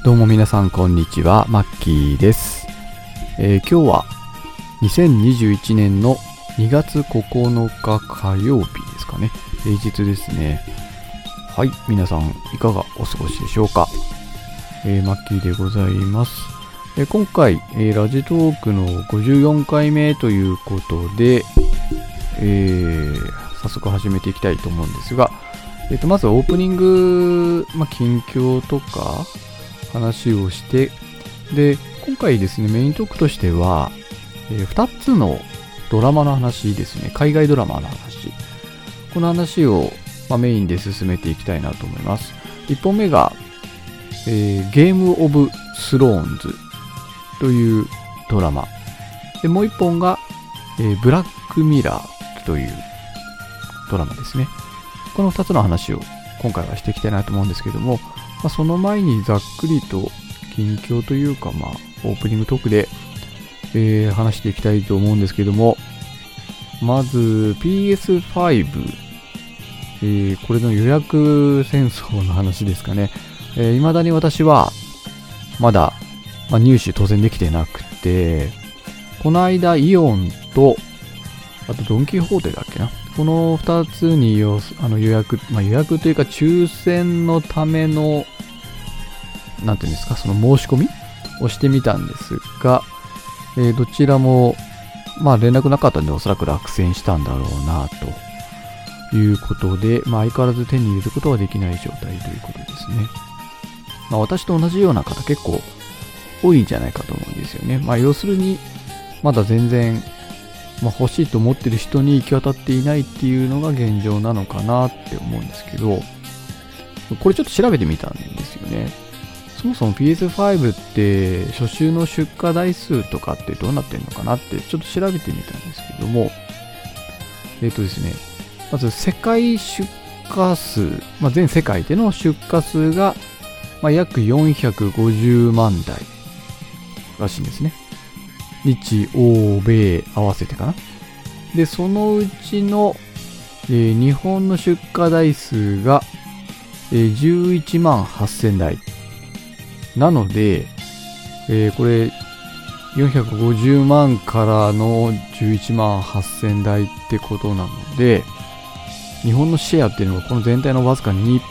どうも皆さんこんにちは、マッキーです。今日は2021年の2月9日火曜日ですかね。平日ですね。はい、皆さんいかがお過ごしでしょうか。マッキーでございます。今回、ラジトークの54回目ということで、早速始めていきたいと思うんですが、まずオープニング、近況とか話をして、で今回ですね、メイントークとしては、2つのドラマの話ですね。海外ドラマの話、この話を、メインで進めていきたいなと思います。1本目が、ゲームオブスローンズというドラマで、もう1本が、ブラックミラーというドラマですね。この2つの話を今回はしていきたいなと思うんですけども、その前にざっくりと近況というか、オープニングトークで、話していきたいと思うんですけども、まず PS5、これの予約戦争の話ですかね。未だに私はまだ、入手当然できてなくて、この間イオンとあとドンキホーテだっけな、この2つに予約、予約というか抽選のためのなんていうんですか、その申し込みをしてみたんですが、どちらも連絡なかったんで、おそらく落選したんだろうなということで、相変わらず手に入れることはできない状態ということですね。私と同じような方結構多いんじゃないかと思うんですよね。要するにまだ全然欲しいと思ってる人に行き渡っていないっていうのが現状なのかなって思うんですけど、これちょっと調べてみたんですよね。そもそも PS5 って初週の出荷台数とかってどうなってるのかなってちょっと調べてみたんですけども、ですね、まず世界出荷数、全世界での出荷数が、約450万台らしいんですね。日欧米合わせてかな。でそのうちの、日本の出荷台数が、11万8000台なので、これ450万からの11万8000台ってことなので、日本のシェアっていうのがこの全体のわずか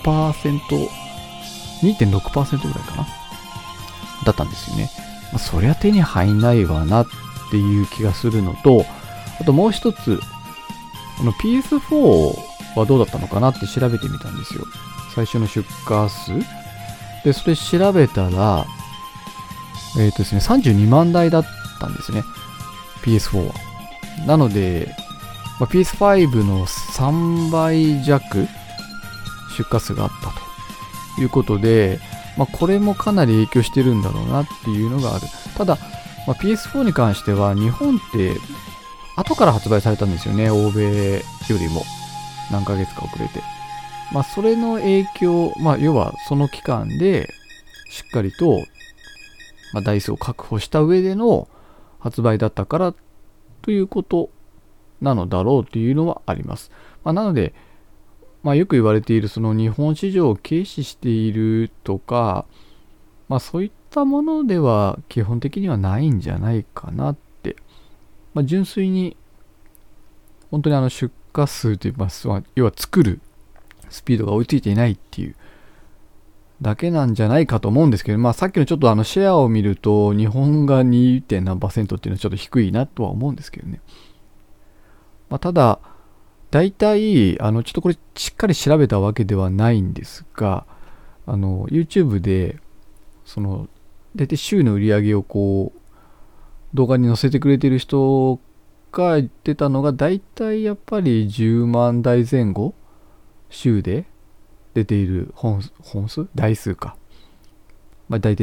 2%、2.6% ぐらいかなだったんですよね。そりゃ手に入んないわなっていう気がするのと、あともう一つ、この PS4 はどうだったのかなって調べてみたんですよ。最初の出荷数で、それ調べたら、ですね、32万台だったんですね、 PS4 は。なので、PS5 の3倍弱出荷数があったということで、これもかなり影響してるんだろうなっていうのがある。ただ、PS4 に関しては日本って後から発売されたんですよね。欧米よりも何ヶ月か遅れて。それの影響、要はその期間でしっかりと、台数を確保した上での発売だったからということなのだろうというのはあります。なので、よく言われているその日本市場を軽視しているとか、そういったものでは基本的にはないんじゃないかなって、純粋に本当に出荷数といいます、要は作るスピードが追いついていないっていうだけなんじゃないかと思うんですけど、さっきのちょっとシェアを見ると日本が 2. 何%っていうのはちょっと低いなとは思うんですけどね。ただ大体ちょっとこれしっかり調べたわけではないんですが、YouTube でその大体週の売り上げをこう動画に載せてくれてる人が言ってたのが、大体やっぱり10万台前後週で出ている本数台数か、大体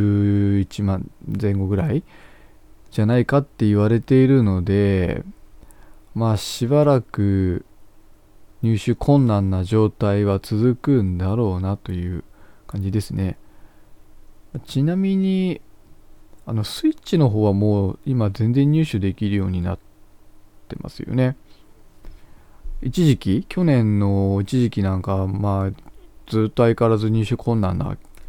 11万前後ぐらいじゃないかって言われているので、しばらく入手困難な状態は続くんだろうなという感じですね。ちなみにスイッチの方はもう今全然入手できるようになってますよね。去年の一時期なんかずっと相変わらず入手困難な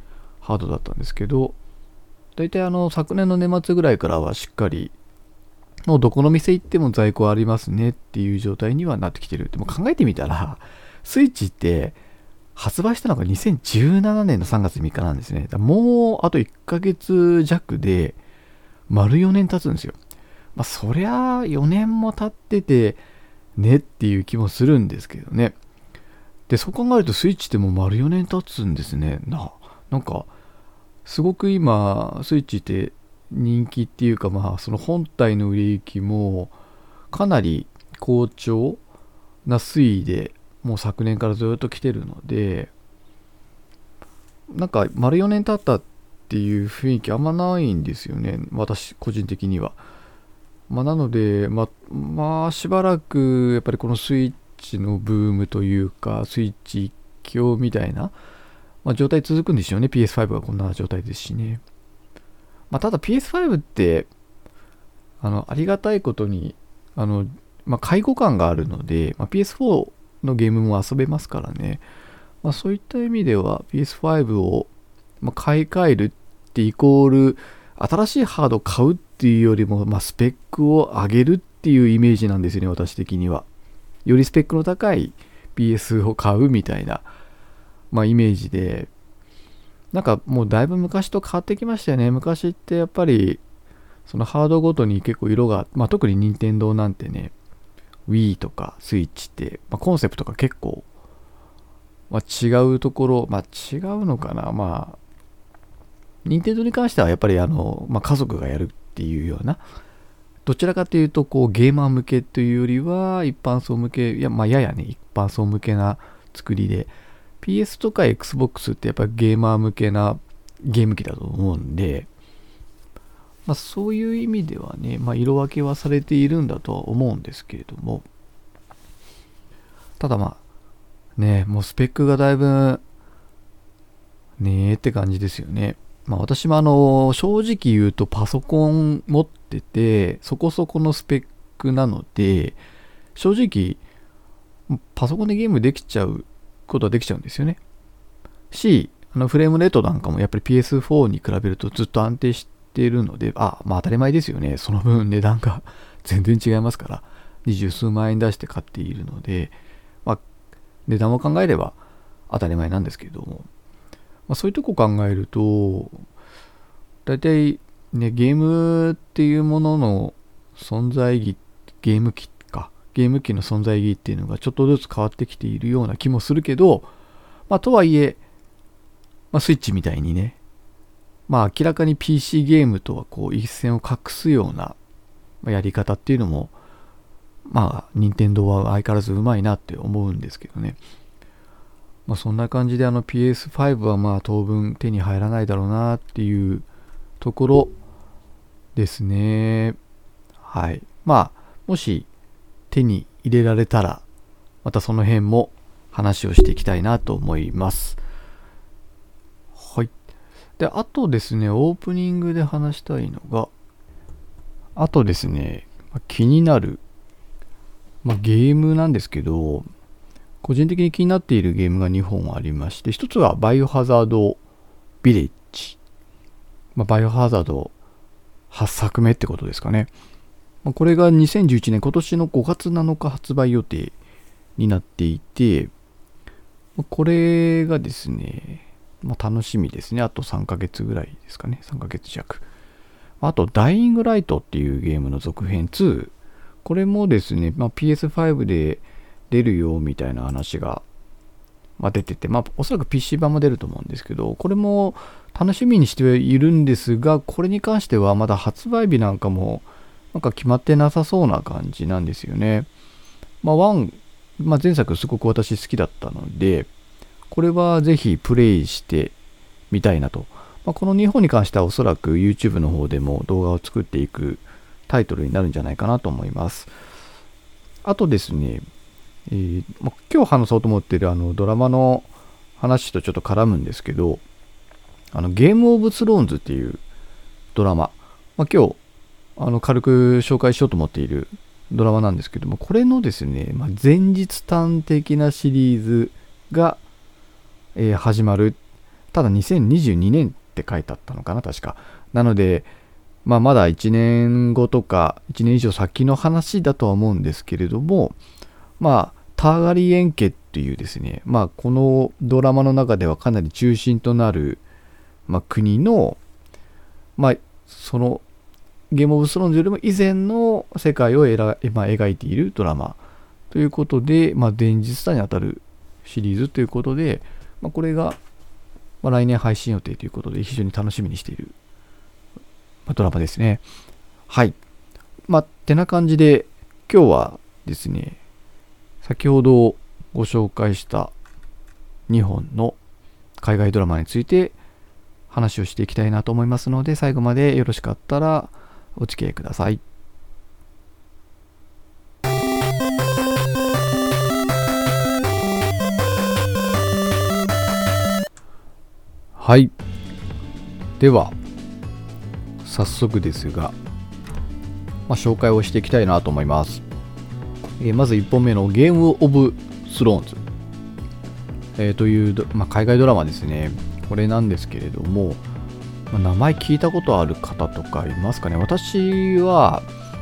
ハードだったんですけど、大体昨年の年末ぐらいからはしっかりもうどこの店行っても在庫ありますねっていう状態にはなってきてる。でも考えてみたらスイッチって発売したのが2017年の3月3日なんですね。だからもうあと1ヶ月弱で丸4年経つんですよ。そりゃ4年も経っててねっていう気もするんですけどね。で、そう考えるとスイッチってもう丸4年経つんですね。なんかすごく今スイッチって人気っていうか、その本体の売れ行きもかなり好調な推移でもう昨年からずっと来てるので、なんか丸4年経ったっていう雰囲気あんまないんですよね、私個人的には。なのでしばらくやっぱりこのスイッチのブームというかスイッチ一強みたいな、状態続くんですよね。 PS5 がこんな状態ですしね。ただ PS5 ってありがたいことに介護感があるので、PS4 のゲームも遊べますからね。そういった意味では PS5 を買い替えるってイコール新しいハードを買うっていうよりも、スペックを上げるっていうイメージなんですよね、私的には。よりスペックの高い PS を買うみたいな、イメージで、なんかもうだいぶ昔と変わってきましたよね。昔ってやっぱりそのハードごとに結構色が、特に任天堂なんてね、Wii とか Switch って、コンセプトが結構、違うところ、違うのかな。任天堂に関してはやっぱり家族がやるっていうような、どちらかというとこうゲーマー向けというよりは一般層向け、ややね一般層向けな作りで、 PS とか Xbox ってやっぱりゲーマー向けなゲーム機だと思うんで、そういう意味ではね、色分けはされているんだとは思うんですけれども、ただもうスペックがだいぶねって感じですよね。私も正直言うとパソコン持っててそこそこのスペックなので、正直パソコンでゲームできちゃうことはできちゃうんですよね。フレームレートなんかもやっぱり PS4 に比べるとずっと安定しているので、当たり前ですよね。その分値段が全然違いますから、20数万円出して買っているので、値段を考えれば当たり前なんですけれども、そういうとこ考えると、大体ね、ゲームっていうものの存在意義、ゲーム機の存在意義っていうのがちょっとずつ変わってきているような気もするけど、とはいえ、スイッチみたいにね、明らかに PC ゲームとはこう一線を画すようなやり方っていうのも、任天堂は相変わらずうまいなって思うんですけどね。そんな感じでPS5 は当分手に入らないだろうなっていうところですね。はい。もし手に入れられたら、またその辺も話をしていきたいなと思います。はい。で、あとですね、オープニングで話したいのが、あとですね、気になる、ゲームなんですけど、個人的に気になっているゲームが2本ありまして、一つはバイオハザードビレッジ。バイオハザード8作目ってことですかね。これが2011年、今年の5月7日発売予定になっていて、これがですね、楽しみですね。あと3ヶ月ぐらいですかね。3ヶ月弱。あと、ダイイングライトっていうゲームの続編2。これもですね、PS5 で出るよみたいな話が、出てて、おそらく PC 版も出ると思うんですけど、これも楽しみにしているんですが、これに関してはまだ発売日なんかも決まってなさそうな感じなんですよね。1、前作すごく私好きだったので、これはぜひプレイしてみたいなと。この2本に関してはおそらく YouTube の方でも動画を作っていくタイトルになるんじゃないかなと思います。あとですね、今日話そうと思っているドラマの話とちょっと絡むんですけど、ゲームオブスローンズっていうドラマ、今日軽く紹介しようと思っているドラマなんですけども、これのですね、前日譚的なシリーズが、始まる。ただ2022年って書いてあったのかな、確か。なので、まだ1年後とか1年以上先の話だとは思うんですけれども、ターガリエン家っていうですね、このドラマの中ではかなり中心となる、国の、そのゲームオブスローンズよりも以前の世界を描いているドラマということで、前日さにあたるシリーズということで、これが、来年配信予定ということで非常に楽しみにしている、ドラマですね。はい。ってな感じで今日はですね、先ほどご紹介した2本の海外ドラマについて話をしていきたいなと思いますので、最後までよろしかったらお付き合いください。はい。では早速ですが、紹介をしていきたいなと思います。まず1本目のゲームオブスローンズ、という、海外ドラマですね。これなんですけれども、名前聞いたことある方とかいますかね。私は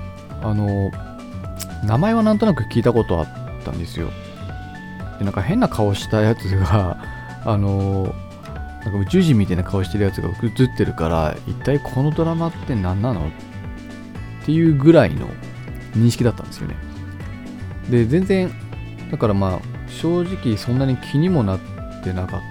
名前はなんとなく聞いたことあったんですよ。で、変な顔したやつが宇宙人みたいな顔してるやつが映ってるから、一体このドラマって何なのっていうぐらいの認識だったんですよね。で、全然だから正直そんなに気にもなってなかった。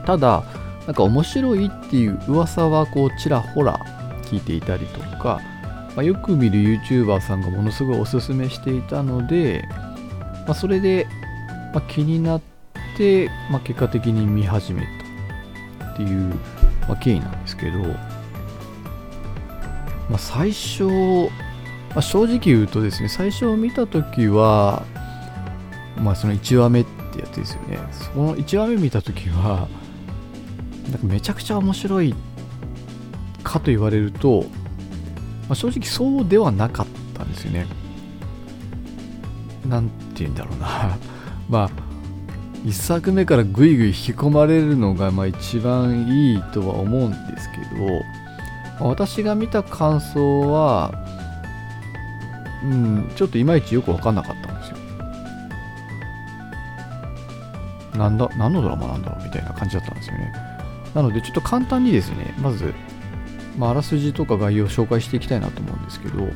ただ面白いっていう噂はちらほら聞いていたりとか、よく見る YouTuber さんがものすごいおすすめしていたので、それで、気になって、結果的に見始めたっていう、経緯なんですけど、最初、正直言うとですね、最初見たときは、その1話目ってやつですよね。その1話目見たときは、めちゃくちゃ面白いかと言われると、正直そうではなかったんですよね。なんて言うんだろうな。1作目からぐいぐい引き込まれるのが一番いいとは思うんですけど、私が見た感想は、ちょっといまいちよく分かんなかったんですよ。何のドラマなんだろうみたいな感じだったんですよね。なのでちょっと簡単にですね、まず、あらすじとか概要を紹介していきたいなと思うんですけど、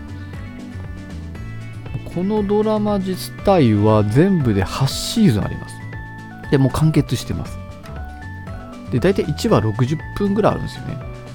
このドラマ自体は全部で8シーズンあります。で、もう完結してます。で、大体1話60分ぐらいあるんですよね。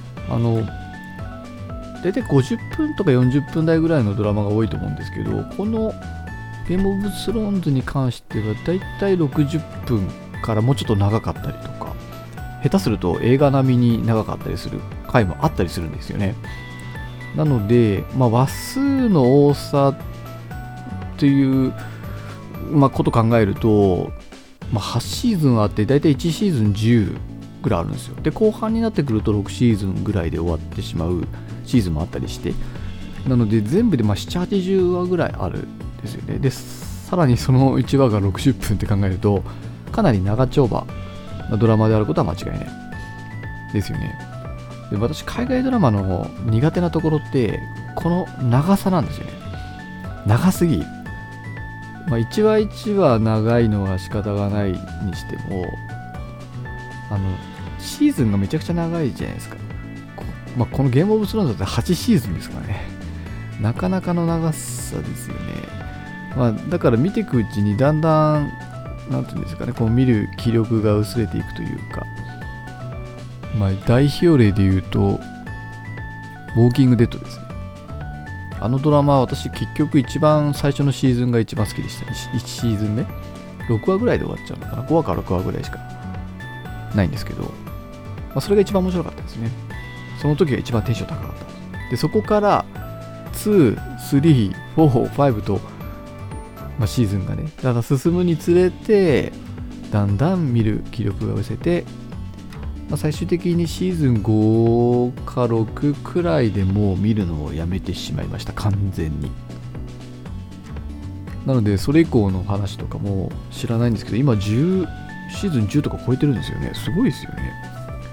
大体50分とか40分台ぐらいのドラマが多いと思うんですけど、このゲームオブスローンズに関しては大体60分からもうちょっと長かったりとか、下手すると映画並みに長かったりする回もあったりするんですよね。なので、話数の多さという、こと考えると、8シーズンあって大体1シーズン10ぐらいあるんですよ。で、後半になってくると6シーズンぐらいで終わってしまうシーズンもあったりして、なので全部で7、80話ぐらいあるんですよね。で、さらにその1話が60分って考えると、かなり長丁場なドラマであることは間違いないですよね。で、私海外ドラマの苦手なところってこの長さなんですよね。長すぎ。1話1話長いのは仕方がないにしても、シーズンがめちゃくちゃ長いじゃないですか。このゲームオブスローンズだって8シーズンですからね。なかなかの長さですよね。だから見ていくうちにだんだん、なんていうんですかね、見る気力が薄れていくというか、代表例で言うと、ウォーキングデッドですね。あのドラマは私結局一番最初のシーズンが一番好きでしたね。1シーズン目6話ぐらいで終わっちゃうのかな。5話から6話ぐらいしかないんですけど、それが一番面白かったですね。その時が一番テンション高かった。で、そこから2、3、4、5と、シーズンがね、だんだん進むにつれて、だんだん見る気力が失せて、最終的にシーズン5か6くらいでもう見るのをやめてしまいました。完全に。なのでそれ以降の話とかも知らないんですけど、今シーズン10とか超えてるんですよね。すごいですよね。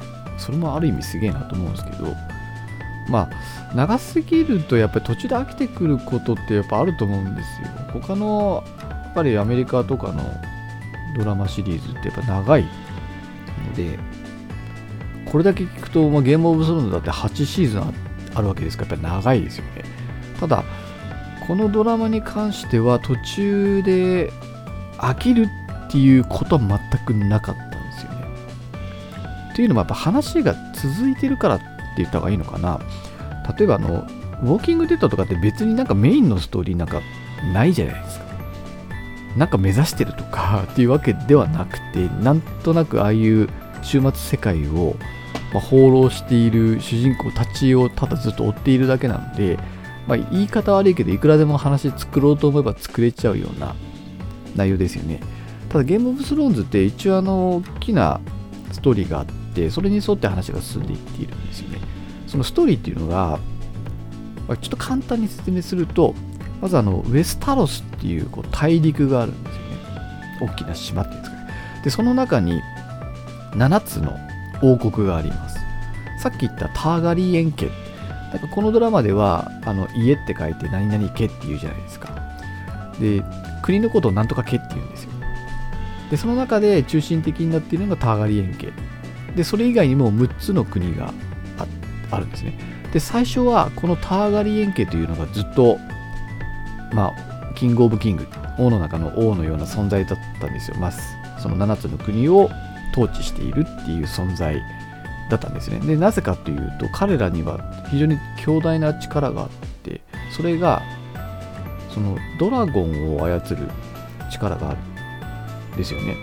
それもある意味すげえなと思うんですけど、長すぎるとやっぱり途中で飽きてくることってやっぱあると思うんですよ。他のやっぱりアメリカとかのドラマシリーズってやっぱ長いので、これだけ聞くと、ゲームオブスローンズだって8シーズンあるわけですから、やっぱり長いですよね。ただこのドラマに関しては途中で飽きるっていうことは全くなかったんですよね。っていうのもやっぱ話が続いてるからって言った方がいいのかな。例えばウォーキングデッドとかって別になんかメインのストーリーなんかないじゃないですか。なんか目指してるとかっていうわけではなくて、なんとなくああいう終末世界を放浪している主人公たちをただずっと追っているだけなので、言い方悪いけどいくらでも話作ろうと思えば作れちゃうような内容ですよね。ただゲームオブスローンズって一応大きなストーリーがあって、それに沿って話が進んでいっているんですよね。そのストーリーっていうのがちょっと簡単に説明すると、まずウェスタロスっていう大陸があるんですよね。大きな島っていうんですかね。でその中に7つの王国があります。さっき言ったターガリエン家、なんかこのドラマでは家って書いて何々家っていうじゃないですか。で国のことをなんとか家って言うんですよ。でその中で中心的になっているのがターガリエン家で、それ以外にも6つの国があるんですね。で最初はこのターガリエン家というのがずっとキングオブキング、王の中の王のような存在だったんですよ。その7つの国を統治しているっていう存在だったんですね。でなぜかというと、彼らには非常に強大な力があって、それがそのドラゴンを操る力があるんですよね。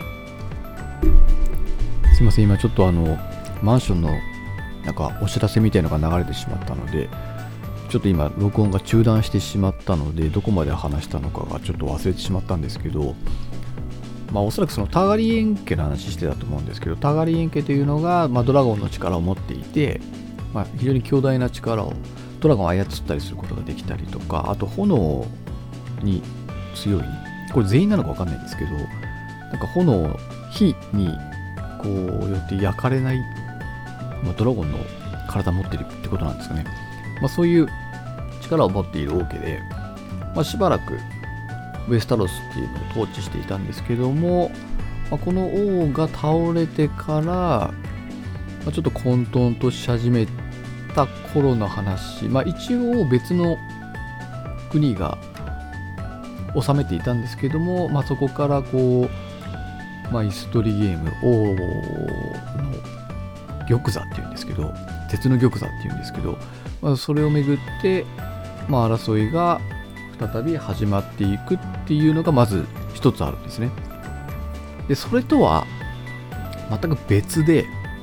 すいません、今ちょっとマンションのなんかお知らせみたいなのが流れてしまったので、ちょっと今録音が中断してしまったので、どこまで話したのかがちょっと忘れてしまったんですけど、おそらくそのターガリエン家の話してたと思うんですけど、ターガリエン家というのが、ドラゴンの力を持っていて、非常に強大な力をドラゴンを操ったりすることができたりとか、あと炎に強い、これ全員なのか分かんないんですけど、なんか火によって焼かれない、ドラゴンの体を持ってるってことなんですかね。そういう力を持っている王家で、しばらくウェスタロスっていうのを統治していたんですけども、この王が倒れてから、ちょっと混沌とし始めた頃の話、一応別の国が治めていたんですけども、そこからイス取りゲーム、王の玉座っていうんですけど、鉄の玉座っていうんですけど、それをめぐって、争いが再び始まっていくっていうのがまず一つあるんですね。でそれとは全く別で、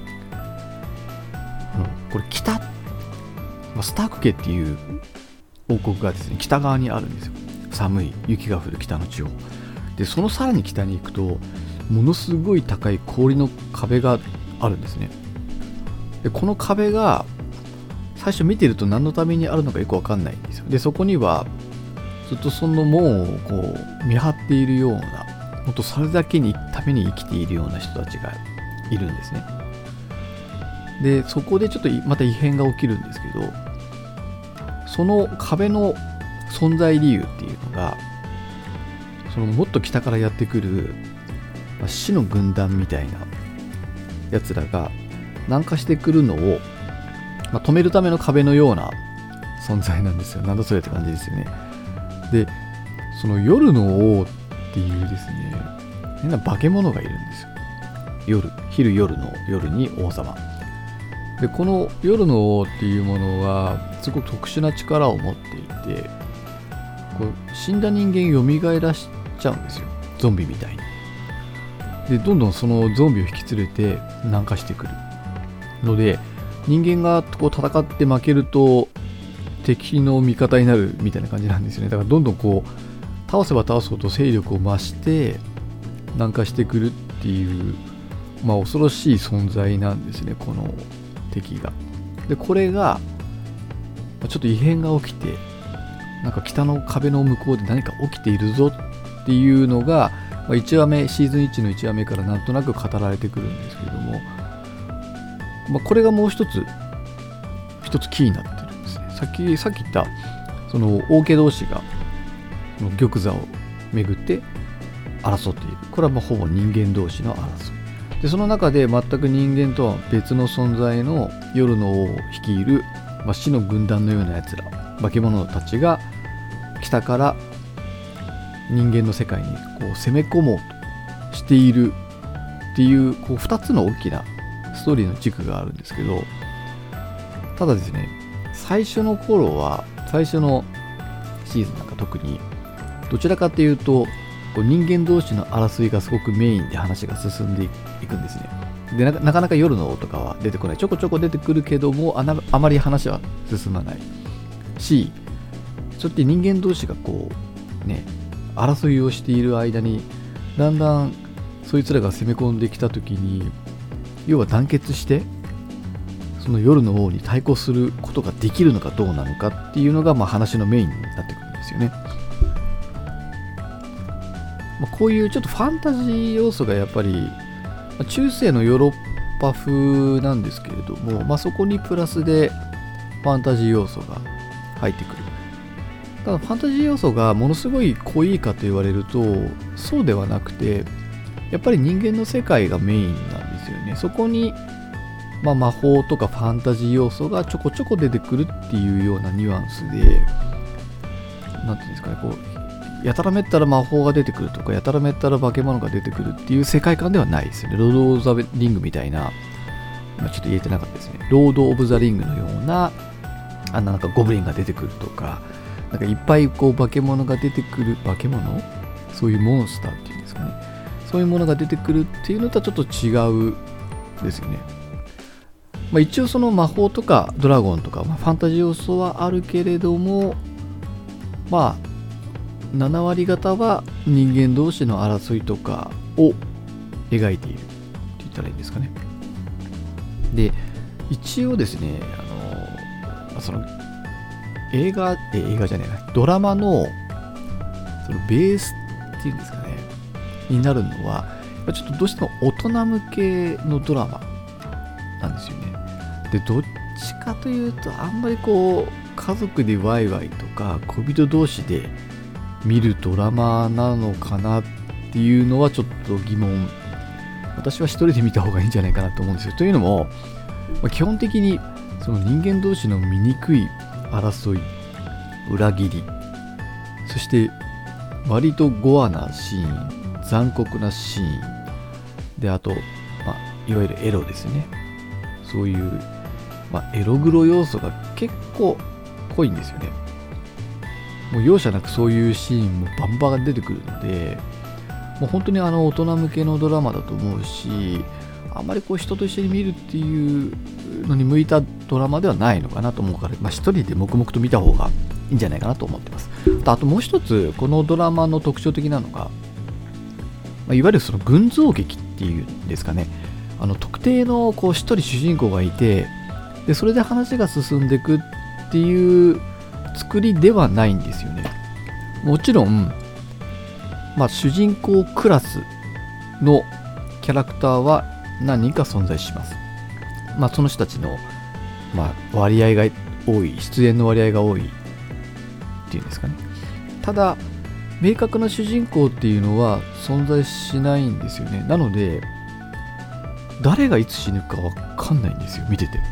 これ北、スターク家っていう王国がですね、北側にあるんですよ。寒い雪が降る北の地方で、そのさらに北に行くとものすごい高い氷の壁があるんですね。でこの壁が最初見てると何のためにあるのかよくわかんないんですよ。でそこにはずっとその門を見張っているような、本当それだけにために生きているような人たちがいるんですね。でそこでちょっとまた異変が起きるんですけど、その壁の存在理由っていうのが、そのもっと北からやってくる死の軍団みたいなやつらが南下してくるのを、止めるための壁のような存在なんですよ。なんだそれって感じですよね。でその夜の王っていうですね、変な化け物がいるんですよ。昼夜の夜に王様で、この夜の王っていうものはすごく特殊な力を持っていて、死んだ人間を蘇らしちゃうんですよ、ゾンビみたいに。でどんどんそのゾンビを引き連れて南下してくるので、人間が戦って負けると敵の味方になるみたいな感じなんですよね。だからどんどん倒せば倒すほど勢力を増して南下してくるっていう、恐ろしい存在なんですね、この敵が。でこれがちょっと異変が起きて、なんか北の壁の向こうで何か起きているぞっていうのが、1話目シーズン1の1話目からなんとなく語られてくるんですけども、 これがもう一つキーになってるんですね。さっき言ったその王家同士がその玉座をめぐって争っている。これはほぼ人間同士の争いで、その中で全く人間とは別の存在の夜の王を率いる、死の軍団のようなやつら、化け物たちが北から人間の世界に攻め込もうとしているっていう2つの大きなストーリーの軸があるんですけど、ただですね、最初のシーズンなんか特にどちらかというと人間同士の争いがすごくメインで話が進んでいくんですね。で なかなか夜の王とかは出てこない。ちょこちょこ出てくるけどもあまり話は進まないし、そうやって人間同士が争いをしている間にだんだんそいつらが攻め込んできた時に、要は団結してその夜の王に対抗することができるのかどうなのかっていうのが話のメインになってくるんですよね。こういうちょっとファンタジー要素がやっぱり中世のヨーロッパ風なんですけれども、そこにプラスでファンタジー要素が入ってくる。ただファンタジー要素がものすごい濃いかと言われるとそうではなくて、やっぱり人間の世界がメインなんですよね。そこに魔法とかファンタジー要素がちょこちょこ出てくるっていうようなニュアンスで、なんていうんですかね、やたらめったら魔法が出てくるとか、やたらめったら化け物が出てくるっていう世界観ではないですよね。ロード・オブ・ザ・リングみたいな、ちょっと言えてなかったですね。ロード・オブ・ザ・リングのような、なんかゴブリンが出てくるとか、なんかいっぱい化け物が出てくる、そういうモンスターっていうんですかね。そういうものが出てくるっていうのとはちょっと違うですよね。一応その魔法とかドラゴンとか、ファンタジー要素はあるけれども、7割方は人間同士の争いとかを描いているって言ったらいいんですかね。で、一応ですね、そのドラマのそのベースっていうんですかね、になるのはちょっとどうしても大人向けのドラマなんですよね。で、どっちかというとあんまり家族でワイワイとか恋人同士で見るドラマなのかなっていうのはちょっと疑問。私は一人で見た方がいいんじゃないかなと思うんですよ。というのも、基本的にその人間同士の醜い争い、裏切り、そして割とゴアなシーン、残酷なシーンで、あと、いわゆるエロですね。そういう、エログロ要素が結構濃いんですよね。もう容赦なくそういうシーンもバンバン出てくるので、もう本当に大人向けのドラマだと思うし、あんまり人と一緒に見るっていうのに向いたドラマではないのかなと思うから、一人で黙々と見た方がいいんじゃないかなと思ってます。あともう一つ、このドラマの特徴的なのが、いわゆるその群像劇っていうんですかね。特定の一人主人公がいて、でそれで話が進んでいくっていう作りではないんですよね。もちろん、主人公クラスのキャラクターは何人か存在します。その人たちの、割合が多い、出演の割合が多いっていうんですかね。ただ、明確な主人公っていうのは存在しないんですよね。なので、誰がいつ死ぬか分かんないんですよ、見てて。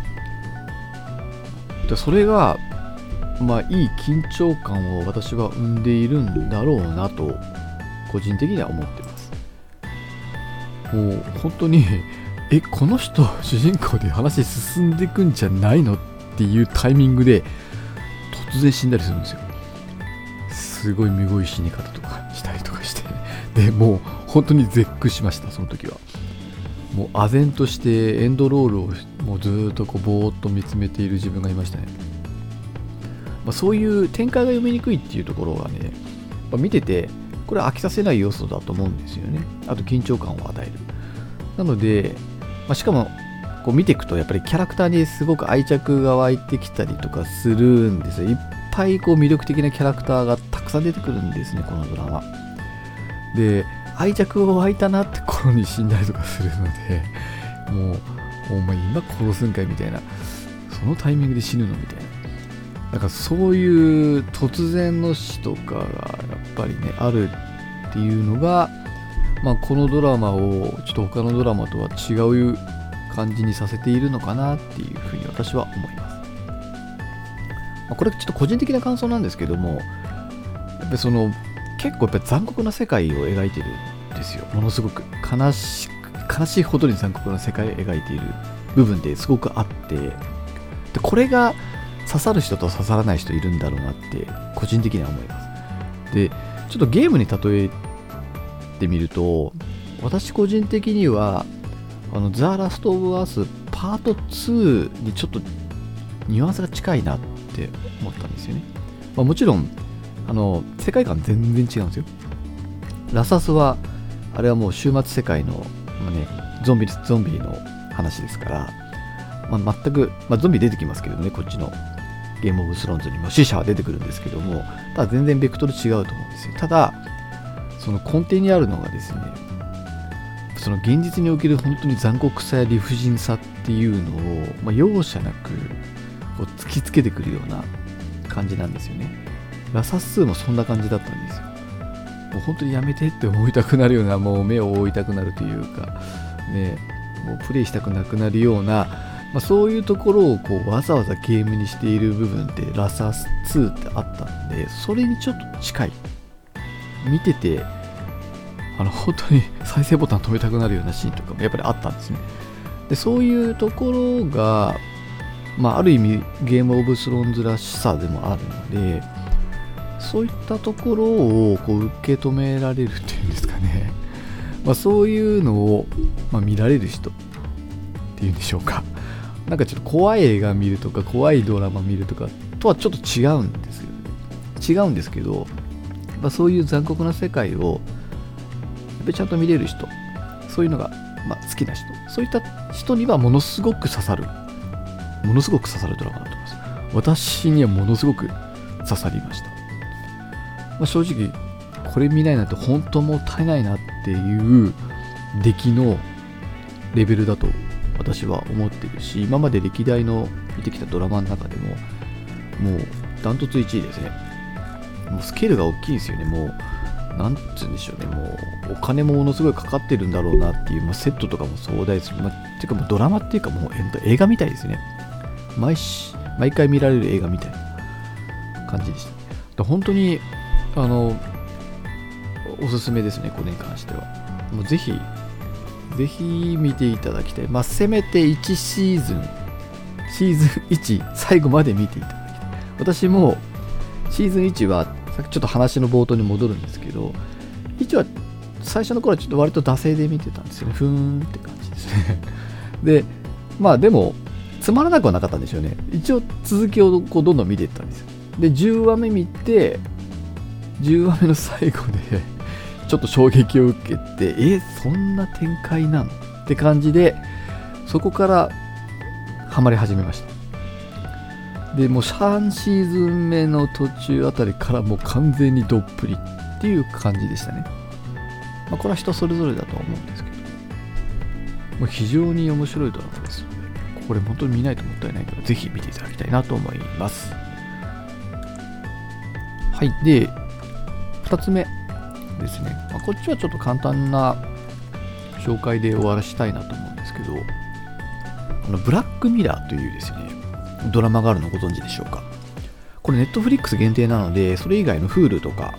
それが、いい緊張感を私は生んでいるんだろうなと、個人的には思ってます。もう本当に、この人主人公で話進んでいくんじゃないのっていうタイミングで突然死んだりするんですよ。すごいむごい死に方とかしたりとかして、でもう本当に絶句しました。その時はもう唖然としてエンドロールをもうずっとぼーっと見つめている自分がいましたね。そういう展開が読みにくいっていうところがね、見ててこれは飽きさせない要素だと思うんですよね。あと緊張感を与える。なので、しかも見ていくとやっぱりキャラクターにすごく愛着が湧いてきたりとかするんですよ。いっぱい魅力的なキャラクターがたくさん出てくるんですね、このドラマで。愛着が湧いたなって頃に死んだりとかするので、もうお前今殺すんかいみたいな、そのタイミングで死ぬのみたいな、なんかそういう突然の死とかがやっぱりねあるっていうのが、このドラマをちょっと他のドラマとは違う感じにさせているのかなっていうふうに私は思います。これちょっと個人的な感想なんですけども、やっぱり結構やっぱり残酷な世界を描いてるんですよ。ものすごく悲しいほどに残酷な世界を描いている部分ですごくあって、でこれが刺さる人と刺さらない人いるんだろうなって個人的には思います。でちょっとゲームに例えてみると、私個人的にはザ・ラスト・オブ・アースパート2にちょっとニュアンスが近いなって思ったんですよね。もちろん世界観全然違うんですよ。ラサスはあれはもう終末世界の、ゾンビの話ですから、全く、ゾンビ出てきますけどね、こっちのゲームオブスローンズにも死者は出てくるんですけども、ただ全然ベクトル違うと思うんですよ。ただその根底にあるのがですね、その現実における本当に残酷さや理不尽さっていうのを、容赦なくこう突きつけてくるような感じなんですよね。ラサス2もそんな感じだったんですよ。もう本当にやめてって思いたくなるような、もう目を覆いたくなるというかね、もうプレイしたくなくなるような、そういうところをこうわざわざゲームにしている部分ってラサス2ってあったんで、それにちょっと近い。見てて本当に再生ボタン止めたくなるようなシーンとかもやっぱりあったんですね。でそういうところが、ある意味ゲームオブスローンズらしさでもあるので、そういったところをこう受け止められるっていうんですかね、そういうのを、見られる人っていうんでしょうか、なんかちょっと怖い映画見るとか怖いドラマ見るとかとはちょっと違うんですよ。違うんですけど、そういう残酷な世界をやっぱりちゃんと見れる人、そういうのが、好きな人、そういった人にはものすごく刺さるドラマだと思います。私にはものすごく刺さりました。正直これ見ないなんて本当もったいないなっていう出来のレベルだと私は思ってるし、今まで歴代の見てきたドラマの中でももうダントツ1位ですね。もうスケールが大きいですよね。もうなんつうんでしょうね、もうお金もものすごいかかってるんだろうなっていう、セットとかも壮大です。っていうかもうドラマっていうかもう映画みたいですね。毎回見られる映画みたいな感じでした。本当におすすめですね、これに関しては。もうぜひ見ていただきたい。せめて1シーズン1最後まで見ていただきたい。私もシーズン1はさっきちょっと話の冒頭に戻るんですけど、1は最初の頃はちょっと割と惰性で見てたんですよね。ふーんって感じですね。ででもつまらなくはなかったんでしょうね。一応続きをこうどんどん見ていったんですよ。で10話目見て、10話目の最後でちょっと衝撃を受けて、そんな展開なのって感じで、そこからハマり始めました。でもう3シーズン目の途中あたりからもう完全にどっぷりっていう感じでしたね。これは人それぞれだとは思うんですけど、もう非常に面白いドラマですので、これ本当に見ないともったいないので、ぜひ見ていただきたいなと思います。はい。で2つ目ですね。こっちはちょっと簡単な紹介で終わらしたいなと思うんですけど、ブラックミラーというですね、ドラマがあるのご存知でしょうか。これネットフリックス限定なので、それ以外の Hulu とか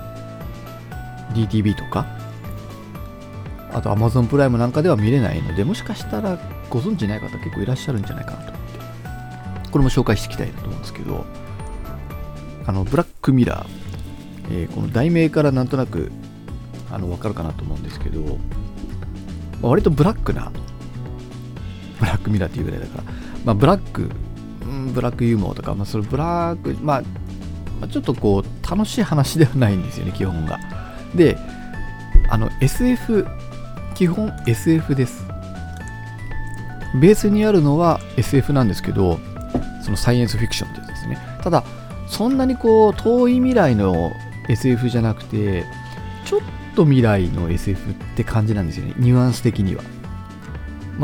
DTV とか、あと Amazon プライムなんかでは見れないので、もしかしたらご存知ない方結構いらっしゃるんじゃないかなと思って、これも紹介していきたいなと思うんですけど、ブラックミラー、この題名からなんとなく分かるかなと思うんですけど、割とブラックなブラックミラーっていうぐらいだから、ブラックユーモアとか、それブラック、ちょっとこう楽しい話ではないんですよね、基本が。でSF、基本 SF です。ベースにあるのは SF なんですけど、そのサイエンスフィクションですね。ただそんなにこう遠い未来の SF じゃなくて、ちょっと未来の SF って感じなんですよね、ニュアンス的には。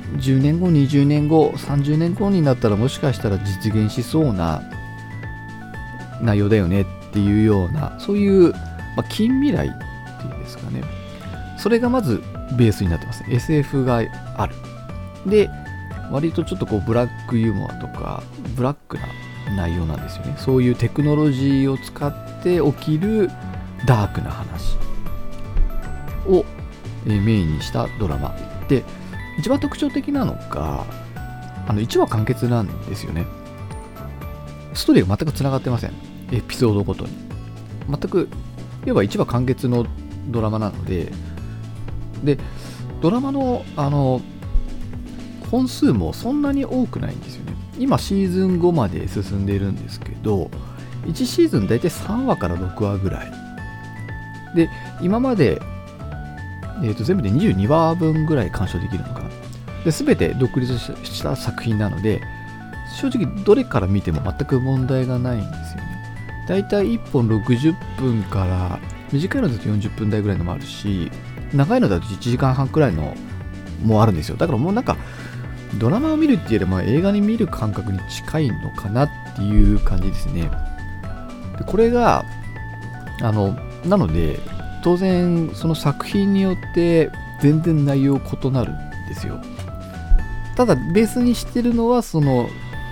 10年後20年後30年後になったらもしかしたら実現しそうな内容だよねっていうような、そういう、近未来っていうんですかね、それがまずベースになってます。 SF がある。で割とちょっとこうブラックユーモアとかブラックな内容なんですよね。そういうテクノロジーを使って起きるダークな話をメインにしたドラマで、一番特徴的なのが1話完結なんですよね。ストーリーが全くつながってません。エピソードごとに全く、要は1話完結のドラマなので、ドラマの本数もそんなに多くないんですよね。今シーズン5まで進んでいるんですけど、1シーズン大体3話から6話ぐらいで、今まで、全部で22話分ぐらい鑑賞できるのかな。で全て独立した作品なので、正直どれから見ても全く問題がないんですよね。大体1本60分から、短いのだと40分台ぐらいのもあるし、長いのだと1時間半くらいのもあるんですよ。だからもうなんかドラマを見るっていうよりも映画に見る感覚に近いのかなっていう感じですね。でこれがなので当然その作品によって全然内容異なるんですよ。ただベースにしてるのはその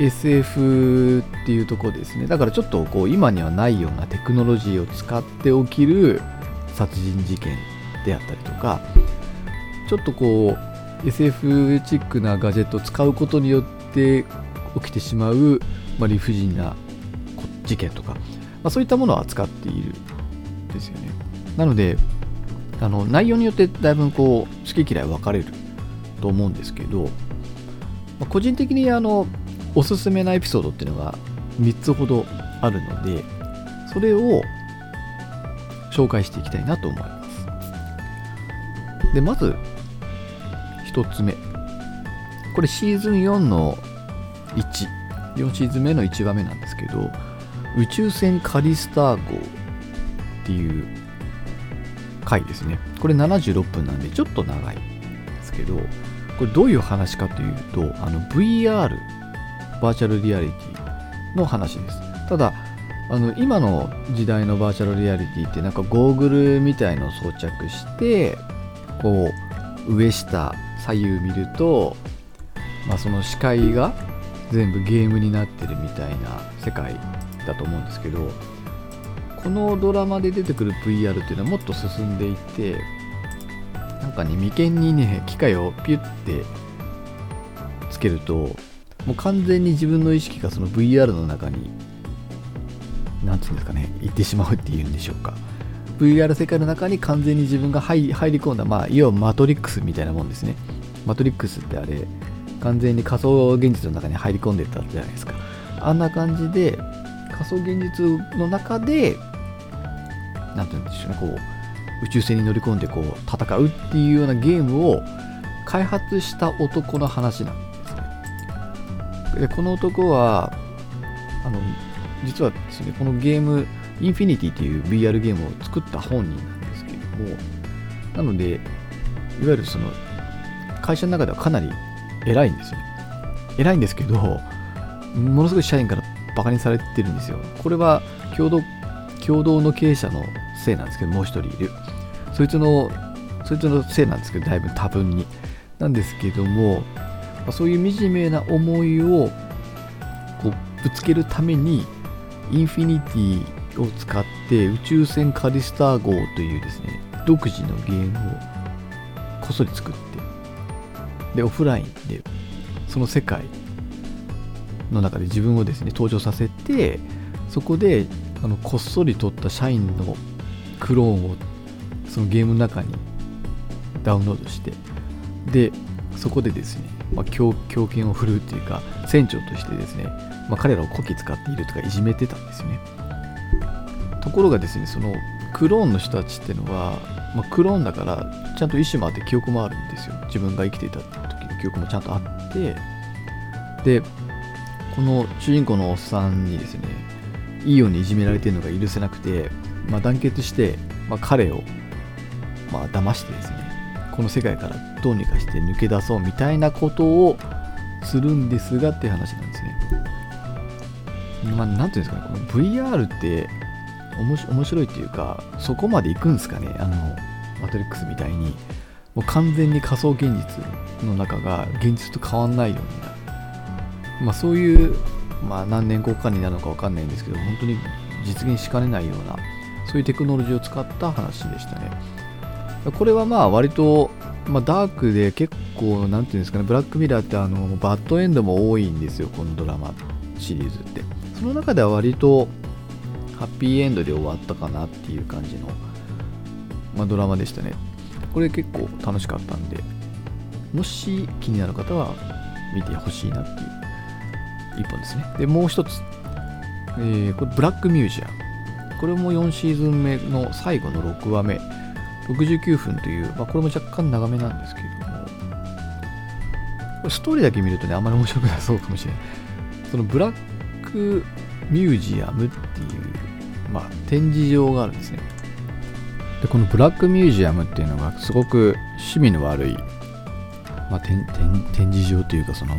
SF っていうところですね。だからちょっとこう今にはないようなテクノロジーを使って起きる殺人事件であったりとか、ちょっとこう SF チックなガジェットを使うことによって起きてしまう、理不尽な事件とか、そういったものを扱っているんですよね。なので内容によってだいぶこう好き嫌い分かれると思うんですけど、個人的におすすめなエピソードっていうのが3つほどあるので、それを紹介していきたいなと思います。でまず1つ目、これシーズン4の4シーズン目の1話目なんですけど、宇宙船カリスター号っていう回ですね。これ76分なんでちょっと長いんですけど、これどういう話かというと、VR バーチャルリアリティの話です。ただ今の時代のバーチャルリアリティってなんかゴーグルみたいのを装着してこう上下左右見ると、その視界が全部ゲームになってるみたいな世界だと思うんですけど、このドラマで出てくる VR っていうのはもっと進んでいて、なんかね眉間にね機械をピュッてつけると、もう完全に自分の意識がその VR の中になんていうんですかね、行ってしまうっていうんでしょうか。VR 世界の中に完全に自分が入り込んだ、要はマトリックスみたいなもんですね。マトリックスってあれ完全に仮想現実の中に入り込んでったじゃないですか。あんな感じで仮想現実の中でなんていうんでしょうね、こう宇宙船に乗り込んでこう戦うっていうようなゲームを開発した男の話なんですね。でこの男は実はですね、このゲームインフィニティっていう VR ゲームを作った本人なんですけれども、なのでいわゆるその会社の中ではかなり偉いんですよ。偉いんですけど、ものすごい社員からバカにされてるんですよ。これは共同の経営者のせいなんですけど、もう一人いるそいつのせいなんですけど、だいぶ多分になんですけども、そういう惨めな思いをこうぶつけるためにインフィニティを使って宇宙船カリスター号というですね独自のゲームをこっそり作って、でオフラインでその世界の中で自分をですね登場させて、そこでこっそり撮った社員のクローンをそのゲームの中にダウンロードして、でそこでですね、強権を振るうというか船長としてですね、彼らをこき使っているとかいじめてたんですよね。ところがですね、そのクローンの人たちっていうのは、クローンだからちゃんと意思もあって記憶もあるんですよ。自分が生きていた時の記憶もちゃんとあって、でこの主人公のおっさんにですねいいようにいじめられているのが許せなくて、団結して、彼を、騙してですねこの世界からどうにかして抜け出そうみたいなことをするんですがっていう話なんですね。なんていうんですかね、この VR って面白いっていうか、そこまで行くんですかね。マトリックスみたいにもう完全に仮想現実の中が現実と変わんないようになる。そういう、何年後かになるのか分かんないんですけど、本当に実現しかねないような、そういうテクノロジーを使った話でしたね。これは割と、ダークで結構、なんていうんですかね、ブラックミラーってバッドエンドも多いんですよ、このドラマシリーズって。その中では割とハッピーエンドで終わったかなっていう感じの、ドラマでしたね。これ結構楽しかったんで、もし気になる方は見てほしいなっていう一本ですね。で、もう一つ、これブラックミュージアム。これも4シーズン目の最後の6話目、69分という、これも若干長めなんですけれども、これストーリーだけ見るとね、あんまり面白くなさそうかもしれない。そのブラックミュージアムっていう、展示場があるんですね。で、このブラックミュージアムっていうのがすごく趣味の悪い、展示場というか、その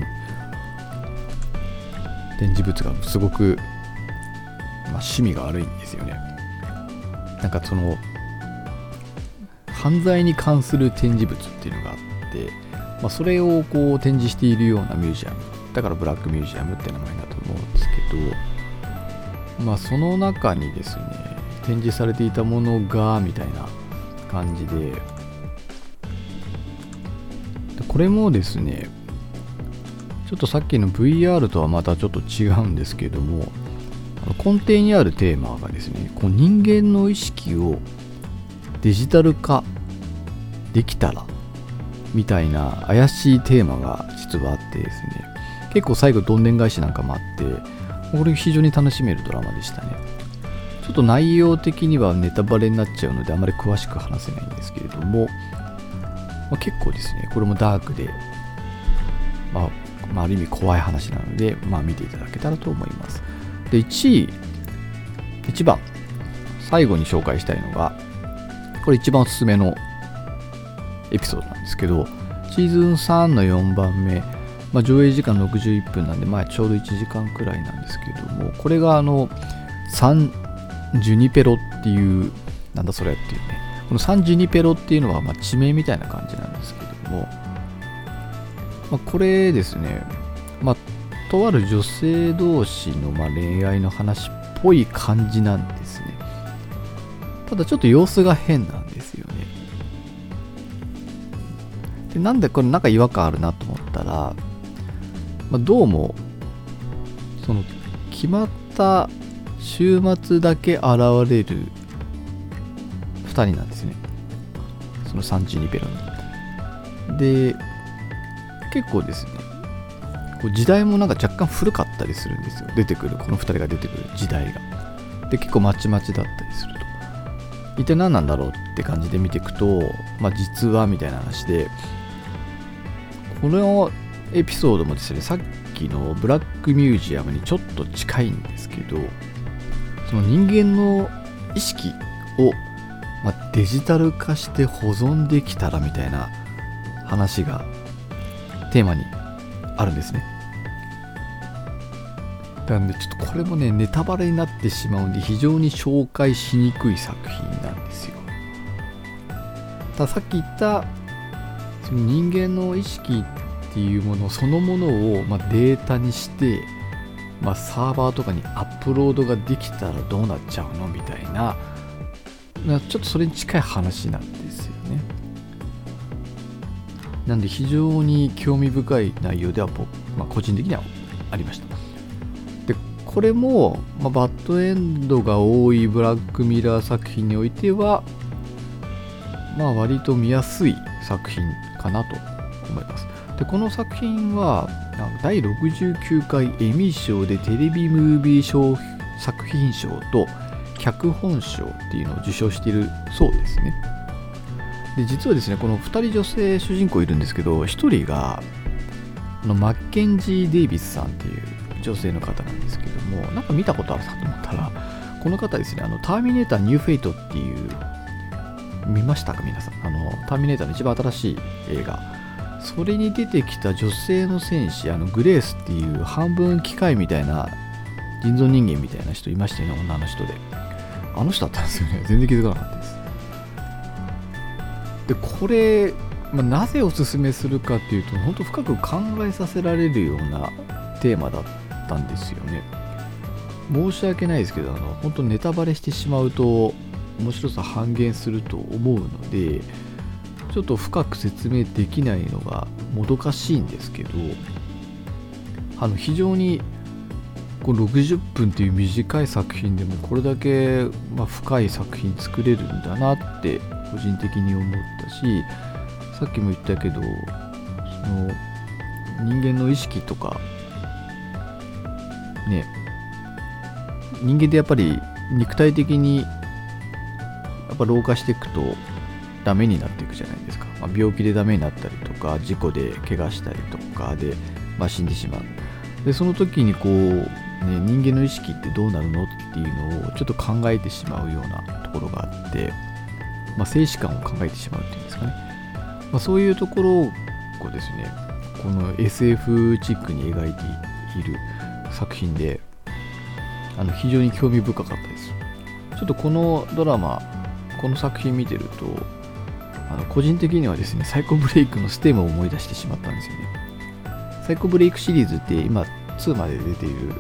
展示物がすごく、趣味が悪いんですよね。なんかその犯罪に関する展示物っていうのがあって、それをこう展示しているようなミュージアムだからブラックミュージアムって名前だと思うんですけど、その中にですね、展示されていたものがみたいな感じで、これもですね、ちょっとさっきの VR とはまたちょっと違うんですけども、根底にあるテーマがですね、こう人間の意識をデジタル化できたらみたいな怪しいテーマが実はあってですね、結構最後どんでん返しなんかもあって、これ非常に楽しめるドラマでしたね。ちょっと内容的にはネタバレになっちゃうのであまり詳しく話せないんですけれども、結構ですね、これもダークで、ある意味怖い話なので、見ていただけたらと思います。で、1番最後に紹介したいのが、これ一番おすすめのエピソードなんですけど、シーズン3の4番目、上映時間61分なんで、ちょうど1時間くらいなんですけれども、これがサンジュニペロっていう、なんだそれっていうね、このサンジュニペロっていうのは地名みたいな感じなんですけれども、これですね、とある女性同士の恋愛の話っぽい感じなんですね。ただちょっと様子が変なんですよね。で、なんでこれなんか違和感あるなと思ったら、どうもその決まった週末だけ現れる2人なんですね。その32ペロに。で、結構ですね、こう時代もなんか若干古かったりするんですよ。この2人が出てくる時代が。で、結構まちまちだったりすると。一体何なんだろうって感じで見ていくと、実はみたいな話で、このエピソードもですね、さっきのブラックミュージアムにちょっと近いんですけど、その人間の意識を、デジタル化して保存できたらみたいな話がテーマにあるんですね。なのでちょっとこれもね、ネタバレになってしまうんで非常に紹介しにくい作品なんですよ。たださっき言ったその人間の意識っていうものそのものをデータにして、サーバーとかにアップロードができたらどうなっちゃうのみたいな、ちょっとそれに近い話なんですよね。なんで非常に興味深い内容では個人的にはありました。で、これも、バッドエンドが多いブラックミラー作品においては割と見やすい作品かなと思います。で、この作品は第69回エミー賞でテレビムービー賞作品賞と脚本賞っていうのを受賞しているそうですね。で、実はですね、この2人女性主人公いるんですけど、1人がマッケンジー・デイビスさんっていう女性の方なんですけども、なんか見たことあるなと思ったら、この方ですね、ターミネーター・ニュー・フェイトっていう見ましたか皆さん。ターミネーターの一番新しい映画。それに出てきた女性の戦士、グレースっていう半分機械みたいな、人造人間みたいな人いましたよね、女の人で。あの人だったんですよね。全然気づかなかったです。で、これ、なぜおすすめするかっていうと、本当深く考えさせられるようなテーマだったんですよね。申し訳ないですけど、本当ネタバレしてしまうと面白さ半減すると思うので、ちょっと深く説明できないのがもどかしいんですけど、非常にこの60分っていう短い作品でもこれだけ深い作品作れるんだなって個人的に思ったし、さっきも言ったけど、その人間の意識とかね、人間ってやっぱり肉体的にやっぱ老化していくとダメになっていくじゃないですか。病気でダメになったりとか、事故で怪我したりとかで、死んでしまう。でその時に人間の意識ってどうなるのっていうのをちょっと考えてしまうようなところがあって、生死観を考えてしまうっていうんですかね。そういうところをですね、この SF チックに描いている作品で非常に興味深かったです。ちょっとこのドラマ、この作品見てると個人的にはですね、サイコブレイクのステムを思い出してしまったんですよね。サイコブレイクシリーズって今2まで出ている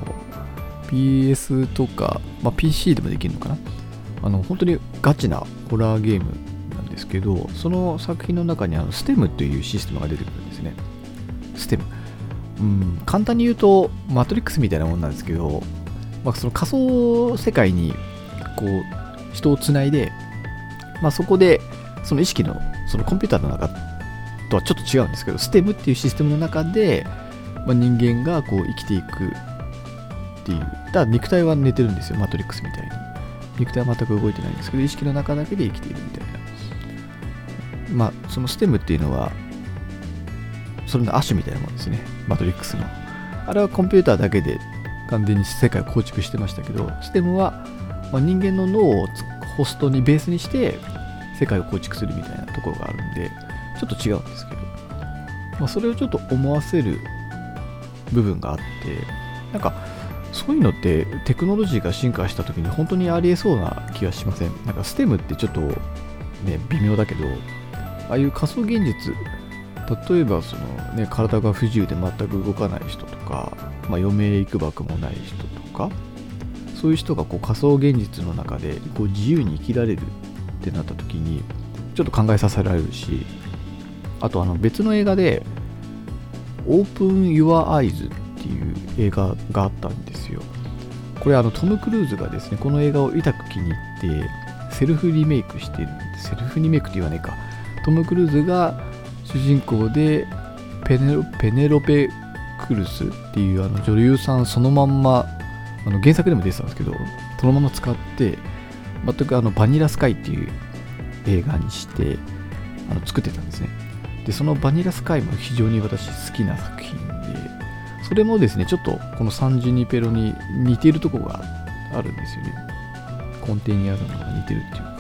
PS とか、PC でもできるのかな、本当にガチなホラーゲームなんですけど、その作品の中にステムというシステムが出てくるんですね。ステム、簡単に言うとマトリックスみたいなもんなんですけど、その仮想世界に人をつないで、そこでその意識のそのコンピューターの中とはちょっと違うんですけど、ステムっていうシステムの中で、人間が生きていくっていう。だから肉体は寝てるんですよ、マトリックスみたいに。肉体は全く動いてないんですけど、意識の中だけで生きているみたいな。そのステムっていうのはそれの亜種みたいなもんですね、マトリックスの。あれはコンピューターだけで完全に世界を構築してましたけど、ステムは人間の脳をホストにベースにして世界を構築するみたいなところがあるんで、ちょっと違うんですけど、それをちょっと思わせる部分があって、そういうのってテクノロジーが進化した時に本当にありえそうな気がしません？ステムってちょっとね微妙だけど、ああいう仮想現実、例えば体が不自由で全く動かない人とか、余命いくばくもない人とか、そういう人が仮想現実の中で自由に生きられるってなった時にちょっと考えさせられるし、あと別の映画でOpen Your Eyes っていう映画があったんですよ。これトム・クルーズがですね、この映画を痛く気に入ってセルフリメイクしてるんです。セルフリメイクって言わないか。トム・クルーズが主人公でペネロペ・クルスっていう女優さんそのまんま原作でも出てたんですけど、そのまま使って全くバニラスカイっていう映画にして作ってたんですね。でそのバニラスカイも非常に私好きな作品で、それもですねちょっとこのサンジュニペロに似ているところがあるんですよね。根底にあるのが似てるっていうか、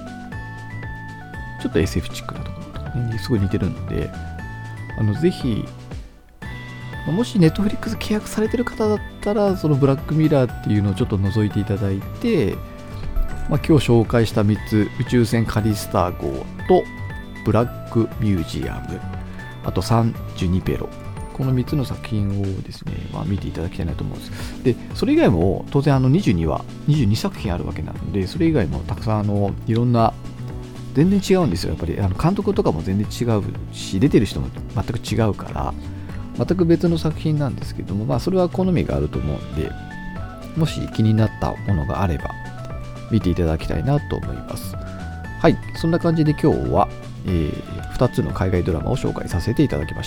ちょっと SF チックなところとかねすごい似てるので、ぜひもしネットフリックス契約されてる方だったら、そのブラックミラーっていうのをちょっと覗いていただいて、今日紹介した3つ、宇宙船カリスタ号とブラックミュージアム、あとサンジュニペロ、この3つの作品をですね、見ていただきたいなと思うんです。でそれ以外も当然22作品あるわけなので、それ以外もたくさんいろんな全然違うんですよ。やっぱり監督とかも全然違うし、出てる人も全く違うから全く別の作品なんですけども、それは好みがあると思うんで、もし気になったものがあれば見ていただきたいなと思います。はい、そんな感じで今日は、2つの海外ドラマを紹介させていただきました。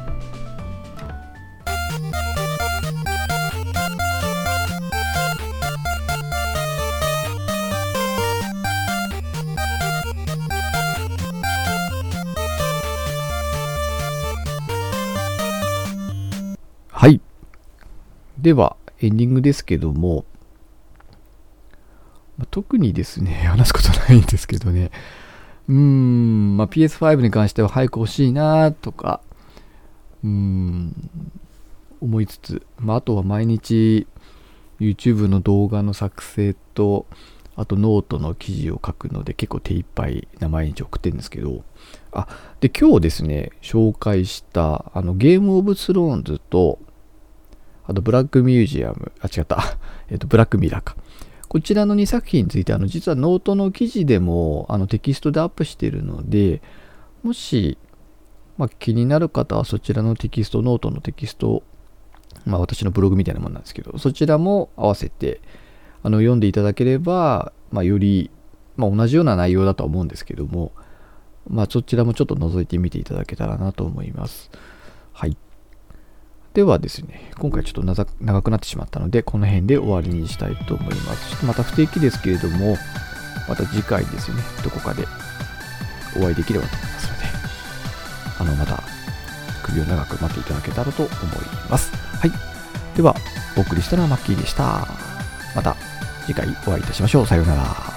はい。では、エンディングですけども、 特にですね、話すことないんですけどね。PS5 に関しては早く欲しいなとか、思いつつ、あとは毎日 YouTube の動画の作成と、あとノートの記事を書くので結構手一杯な毎日送ってるんですけど、で今日ですね、紹介したゲームオブスローンズと、あとブラックミュージアム、ブラックミラーか。こちらの2作品について実はノートの記事でもテキストでアップしているので、もし、気になる方はそちらのテキスト、ノートのテキスト、私のブログみたいなものなんですけど、そちらも合わせて読んでいただければ、より、同じような内容だとは思うんですけども、そちらもちょっと覗いてみていただけたらなと思います。はい。ではですね、今回ちょっと長くなってしまったので、この辺で終わりにしたいと思います。ちょっとまた不定期ですけれども、また次回ですね、どこかでお会いできればと思いますので、また首を長く待っていただけたらと思います。はい。では、お送りしたのはマッキーでした。また次回お会いいたしましょう。さようなら。